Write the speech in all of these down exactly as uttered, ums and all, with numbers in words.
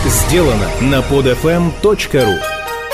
Сделано на подфм точка ру.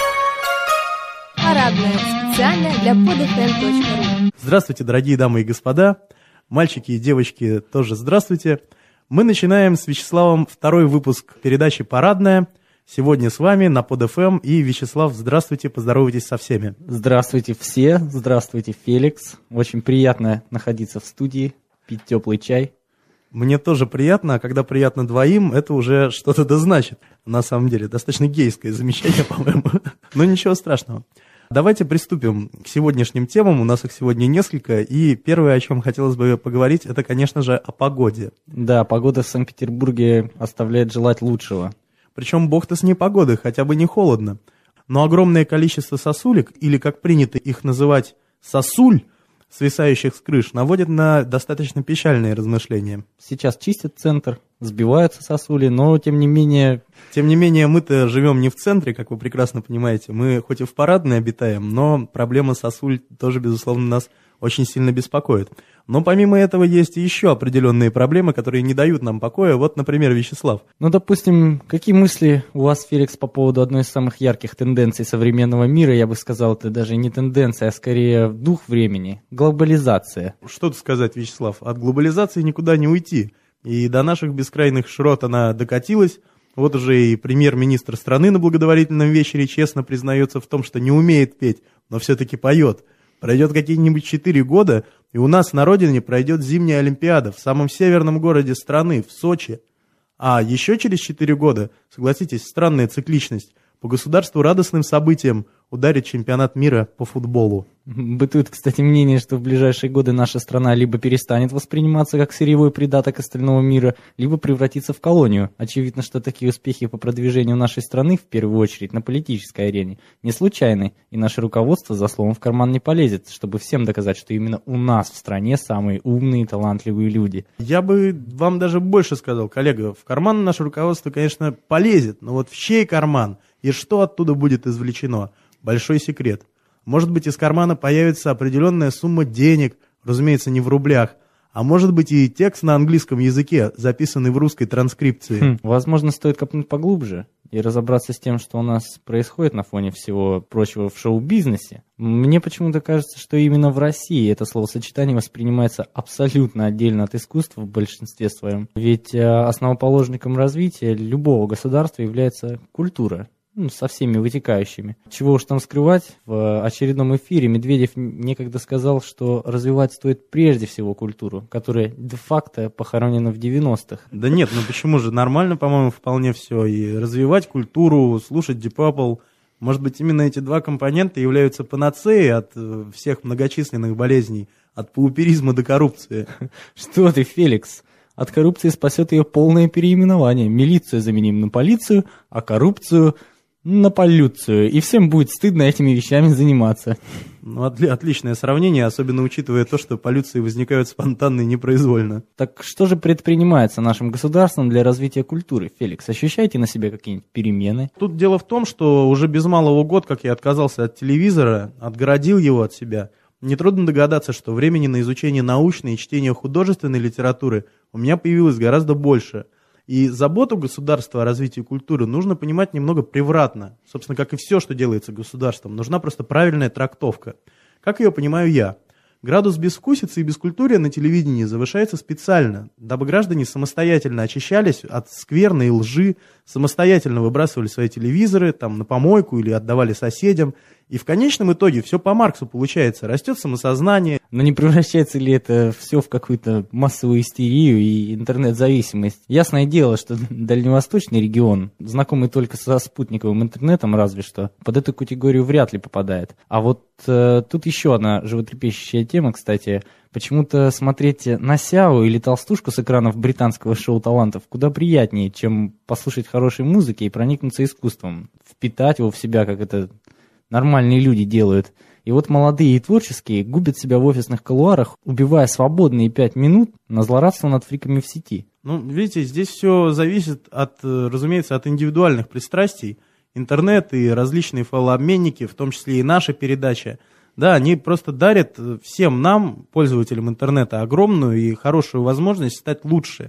Парадная. Специально для подфм точка ру. Здравствуйте, дорогие дамы и господа, мальчики и девочки тоже здравствуйте. Мы начинаем с Вячеславом второй выпуск передачи «Парадная». Сегодня с вами на подфм. И, Вячеслав, здравствуйте, поздоровайтесь со всеми. Здравствуйте все, здравствуйте, Феликс. Очень приятно находиться в студии, пить теплый чай. Мне тоже приятно, а когда приятно двоим, это уже что-то да значит. На самом деле, достаточно гейское замечание, по-моему. Но ничего страшного. Давайте приступим к сегодняшним темам. У нас их сегодня несколько. И первое, о чем хотелось бы поговорить, это, конечно же, о погоде. Да, погода в Санкт-Петербурге оставляет желать лучшего. Причем бог-то с ней погоды, хотя бы не холодно. Но огромное количество сосулек, или, как принято их называть, сосуль, свисающих с крыш, наводит на достаточно печальные размышления. Сейчас чистят центр, сбиваются сосули, но тем не менее... Тем не менее, мы-то живем не в центре, как вы прекрасно понимаете. Мы хоть и в Парадной обитаем, но проблема сосуль тоже, безусловно, нас очень сильно беспокоит. Но помимо этого есть еще определенные проблемы, которые не дают нам покоя. Вот, например, Вячеслав. Ну, допустим, какие мысли у вас, Феликс, по поводу одной из самых ярких тенденций современного мира? Я бы сказал, это даже не тенденция, а скорее дух времени. Глобализация. Что тут сказать, Вячеслав? От глобализации никуда не уйти. И до наших бескрайних широт она докатилась. Вот уже и премьер-министр страны на благотворительном вечере честно признается в том, что не умеет петь, но все-таки поет. Пройдет какие-нибудь четыре года, и у нас на родине пройдет зимняя Олимпиада в самом северном городе страны, в Сочи. А еще через четыре года, согласитесь, странная цикличность, по государству радостным событием ударит чемпионат мира по футболу. Бытует, кстати, мнение, что в ближайшие годы наша страна либо перестанет восприниматься как сырьевой придаток остального мира, либо превратится в колонию. Очевидно, что такие успехи по продвижению нашей страны, в первую очередь на политической арене, не случайны, и наше руководство за словом в карман не полезет, чтобы всем доказать, что именно у нас в стране самые умные и талантливые люди. Я бы вам даже больше сказал, коллега, в карман наше руководство, конечно, полезет, но вот в чей карман и что оттуда будет извлечено? Большой секрет. Может быть, из кармана появится определенная сумма денег, разумеется, не в рублях, а может быть и текст на английском языке, записанный в русской транскрипции. Хм, возможно, стоит копнуть поглубже и разобраться с тем, что у нас происходит на фоне всего прочего в шоу-бизнесе. Мне почему-то кажется, что именно в России это словосочетание воспринимается абсолютно отдельно от искусства в большинстве своем. Ведь основоположником развития любого государства является культура. Ну, со всеми вытекающими. Чего уж там скрывать, в очередном эфире Медведев некогда сказал, что развивать стоит прежде всего культуру, которая де-факто похоронена в девяностых. Да нет, ну почему же, нормально, по-моему, вполне все. И развивать культуру, слушать Deep Purple. Может быть, именно эти два компонента являются панацеей от всех многочисленных болезней, от пауперизма до коррупции. Что ты, Феликс? От коррупции спасет ее полное переименование. Милицию заменим на полицию, а коррупцию на полюцию, и всем будет стыдно этими вещами заниматься. Ну, отли- отличное сравнение, особенно учитывая то, что полюции возникают спонтанно и непроизвольно. Так что же предпринимается нашим государством для развития культуры, Феликс? Ощущаете на себе какие-нибудь перемены? Тут дело в том, что уже без малого год, как я отказался от телевизора, отгородил его от себя, нетрудно догадаться, что времени на изучение научной и чтение художественной литературы у меня появилось гораздо больше. И заботу государства о развитии культуры нужно понимать немного превратно. Собственно, как и все, что делается государством. Нужна просто правильная трактовка. Как ее понимаю я? Градус безвкусицы и бескультурия на телевидении завышается специально, дабы граждане самостоятельно очищались от скверны и лжи, самостоятельно выбрасывали свои телевизоры там, на помойку или отдавали соседям. И в конечном итоге все по Марксу получается. Растет самосознание. Но не превращается ли это все в какую-то массовую истерию и интернет-зависимость? Ясное дело, что дальневосточный регион, знакомый только со спутниковым интернетом разве что, под эту категорию вряд ли попадает. А вот э, тут еще одна животрепещущая тема, кстати. Почему-то смотреть на Сяо или толстушку с экранов британского шоу талантов куда приятнее, чем послушать хорошей музыки и проникнуться искусством, впитать его в себя, как это нормальные люди делают. И вот молодые и творческие губят себя в офисных кулуарах, убивая свободные пять минут на злорадство над фриками в сети. Ну, видите, здесь все зависит, от, разумеется, от индивидуальных пристрастий. Интернет и различные файлообменники, в том числе и наша передача, да, они просто дарят всем нам, пользователям интернета, огромную и хорошую возможность стать лучше.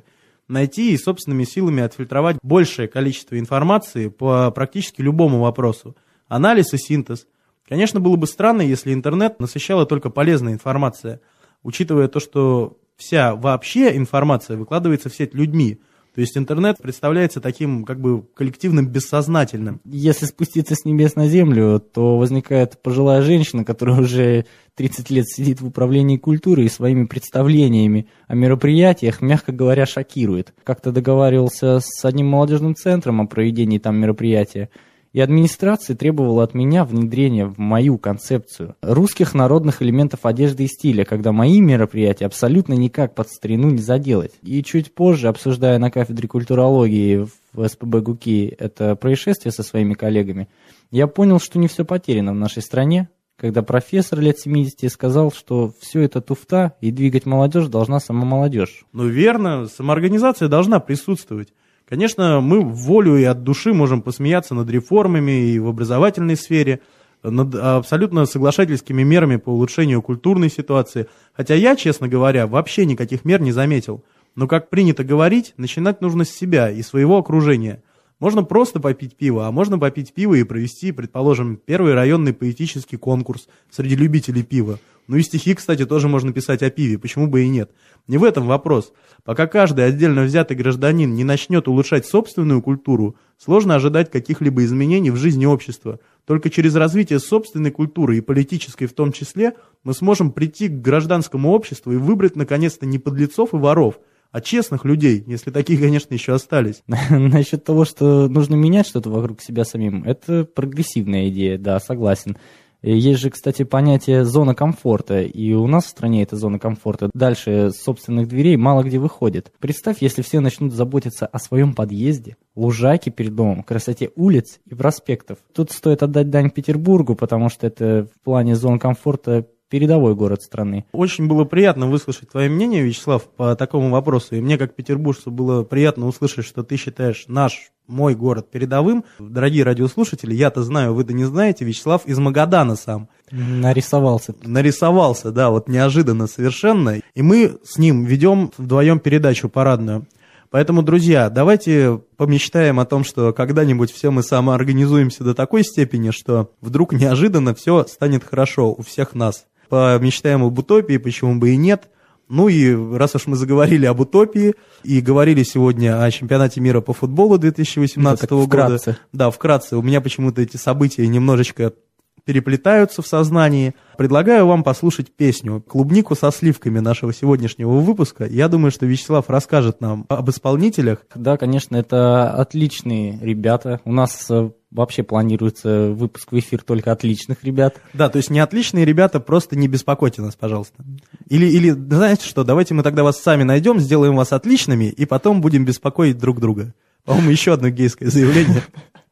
найти и собственными силами отфильтровать большее количество информации по практически любому вопросу. Анализ и синтез. Конечно, было бы странно, если интернет насыщала только полезная информация, учитывая то, что вся вообще информация выкладывается в сеть людьми. То есть интернет представляется таким как бы коллективным бессознательным. Если спуститься с небес на землю, то возникает пожилая женщина, которая уже тридцать лет сидит в управлении культурой и своими представлениями о мероприятиях, мягко говоря, шокирует. Как-то договаривался с одним молодежным центром о проведении там мероприятия, и администрация требовала от меня внедрения в мою концепцию русских народных элементов одежды и стиля, когда мои мероприятия абсолютно никак под старину не заделать. И чуть позже, обсуждая на кафедре культурологии в эс пэ бэ ГУКИ это происшествие со своими коллегами, я понял, что не все потеряно в нашей стране, когда профессор лет семидесяти сказал, что все это туфта, и двигать молодежь должна сама молодежь. Ну верно, самоорганизация должна присутствовать. Конечно, мы в волю и от души можем посмеяться над реформами и в образовательной сфере, над абсолютно соглашательскими мерами по улучшению культурной ситуации, хотя я, честно говоря, вообще никаких мер не заметил. Но, как принято говорить, начинать нужно с себя и своего окружения. Можно просто попить пиво, а можно попить пиво и провести, предположим, первый районный поэтический конкурс среди любителей пива. Ну и стихи, кстати, тоже можно писать о пиве, почему бы и нет. Не в этом вопрос. Пока каждый отдельно взятый гражданин не начнет улучшать собственную культуру, сложно ожидать каких-либо изменений в жизни общества. Только через развитие собственной культуры и политической в том числе мы сможем прийти к гражданскому обществу и выбрать наконец-то не подлецов и воров, а честных людей, если такие, конечно, еще остались. Насчет того, что нужно менять что-то вокруг себя самим, это прогрессивная идея, да, согласен. Есть же, кстати, понятие зона комфорта, и у нас в стране эта зона комфорта дальше собственных дверей мало где выходит. Представь, если все начнут заботиться о своем подъезде, лужайке перед домом, красоте улиц и проспектов. Тут стоит отдать дань Петербургу, потому что это в плане зон комфорта передовой город страны. Очень было приятно выслушать твое мнение, Вячеслав, по такому вопросу. И мне, как петербуржцу, было приятно услышать, что ты считаешь наш, мой город передовым. Дорогие радиослушатели, я-то знаю, вы-то не знаете, Вячеслав из Магадана сам. Нарисовался. Нарисовался, да, вот неожиданно совершенно. И мы с ним ведем вдвоем передачу парадную. Поэтому, друзья, давайте помечтаем о том, что когда-нибудь все мы самоорганизуемся до такой степени, что вдруг неожиданно все станет хорошо у всех нас. Помечтаем об утопии, почему бы и нет. Ну и раз уж мы заговорили об утопии и говорили сегодня о чемпионате мира по футболу две тысячи восемнадцатого года. Вкратце. Да, вкратце. У меня почему-то эти события немножечко переплетаются в сознании. Предлагаю вам послушать песню «Клубнику со сливками» нашего сегодняшнего выпуска. Я думаю, что Вячеслав расскажет нам об исполнителях. Да, конечно, это отличные ребята. У нас вообще планируется выпуск в эфир только отличных ребят. Да, то есть не отличные ребята, просто не беспокойте нас, пожалуйста. Или, или знаете что, давайте мы тогда вас сами найдем, сделаем вас отличными, и потом будем беспокоить друг друга. По-моему, еще одно гейское заявление.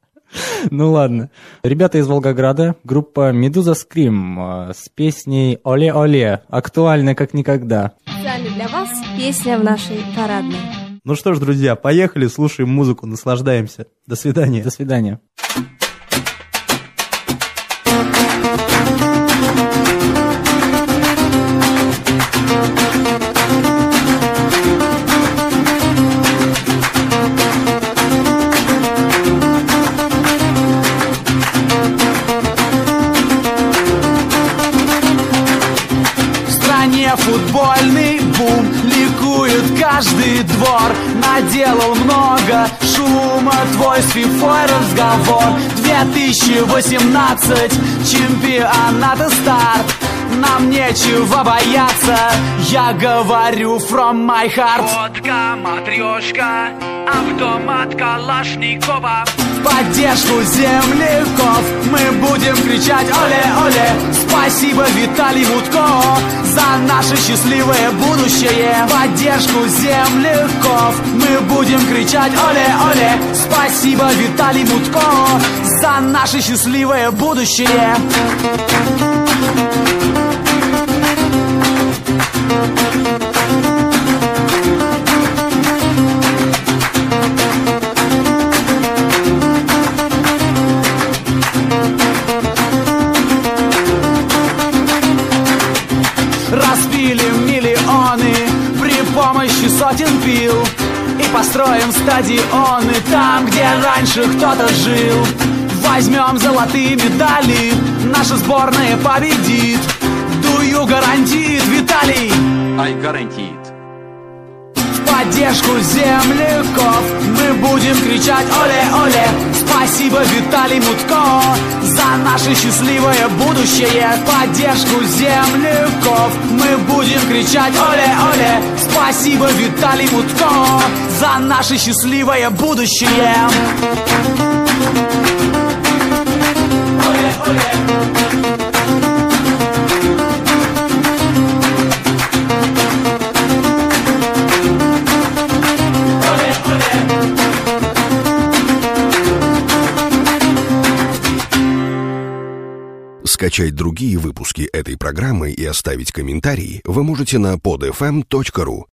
Ну ладно. Ребята из Волгограда, группа Медуза Скрим с песней «Оле-оле», актуальна как никогда. Специально для вас песня в нашей парадной. Ну что ж, друзья, поехали, слушаем музыку, наслаждаемся. До свидания. До свидания. Футбольный бум, ликует каждый двор. Наделал много шума твой с фифой разговор. две тысячи восемнадцать, чемпионата старт. Нам нечего бояться, я говорю from my heart. Водка, матрешка, автомат Калашникова. В поддержку земляков мы будем кричать оле-оле. Спасибо, Виталий Мутко, за наше счастливое будущее. В поддержку земляков мы будем кричать оле-оле. Спасибо, Виталий Мутко, за наше счастливое будущее. Распили миллионы при помощи сотен пил. И стадионы, там, где раньше кто-то жил. Возьмем золотые медали, наша сборная победит. Дую гарантиит Виталий. I guarantee it. В поддержку земляков мы будем кричать оле-оле. Спасибо, Виталий Мутко, за наше счастливое будущее. В поддержку земляков мы будем кричать оле-оле. Спасибо, Виталий Мутко, за наше счастливое будущее. Скачать другие выпуски этой программы и оставить комментарии вы можете на под эф эм точка ру.